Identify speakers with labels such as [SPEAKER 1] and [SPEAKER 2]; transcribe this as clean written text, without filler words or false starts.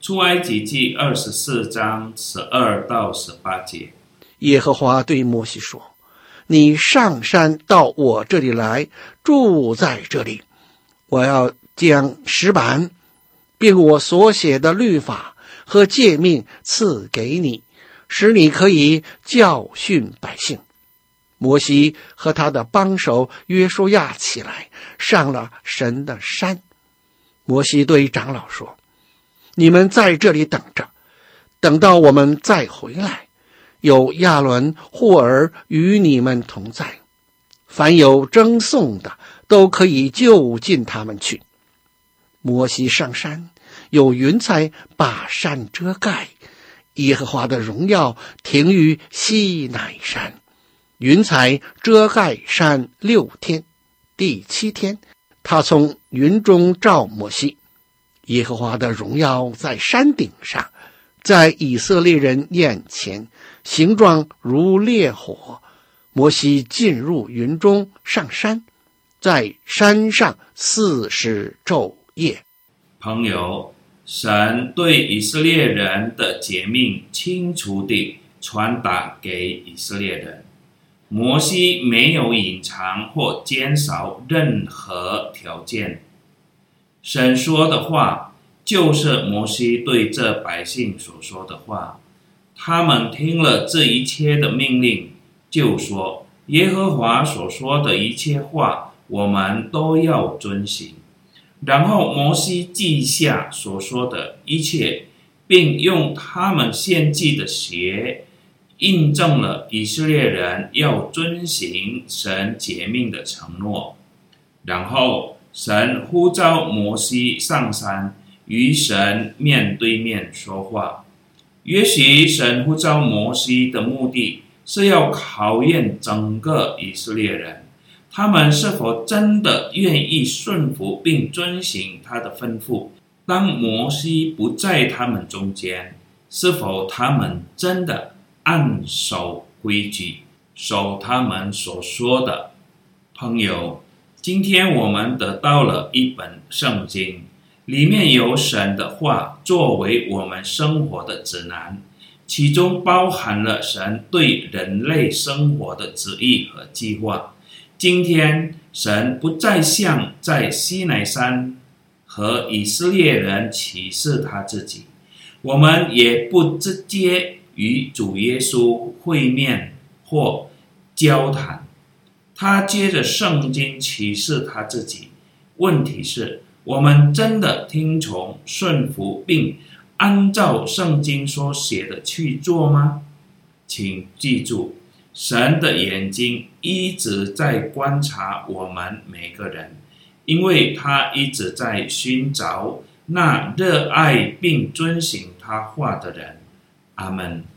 [SPEAKER 1] 出埃及记24章12到18节。
[SPEAKER 2] 耶和华对摩西说：你上山到我这里来，住在这里。我要将石板，并我所写的律法和诫命赐给你，使你可以教训百姓。摩西和他的帮手约书亚起来，上了神的山。摩西对长老说：你们在这里等着，等到我们再回来，有亚伦、户尔与你们同在，凡有争讼的都可以就近他们去。摩西上山，有云彩把山遮盖，耶和华的荣耀停于西乃山。云彩遮盖山6天，第7天，他从云中照摩西。耶和华的荣耀在山顶上，在以色列人眼前，形状如烈火。摩西进入云中，上山，在山上40昼夜。
[SPEAKER 1] 朋友，神对以色列人的诫命清楚地传达给以色列人，摩西没有隐藏或减少任何条件。神说的话就是摩西对这百姓所说的话，他们听了这一切的命令，就说耶和华所说的一切话我们都要遵行。然后摩西记下所说的一切，并用他们献祭的血印证了以色列人要遵行神诫命的承诺。然后神呼召摩西上山，与神面对面说话。也许神呼召摩西的目的是要考验整个以色列人，他们是否真的愿意顺服并遵行他的吩咐。当摩西不在他们中间，是否他们真的按守规矩，守他们所说的？朋友，今天我们得到了一本圣经，里面有神的话作为我们生活的指南，其中包含了神对人类生活的旨意和计划。今天神不再像在西乃山和以色列人启示他自己，我们也不直接与主耶稣会面或交谈，他接着圣经启示他自己。问题是，我们真的听从顺服并按照圣经所写的去做吗？请记住，神的眼睛一直在观察我们每个人，因为他一直在寻找那热爱并遵行他话的人。阿们。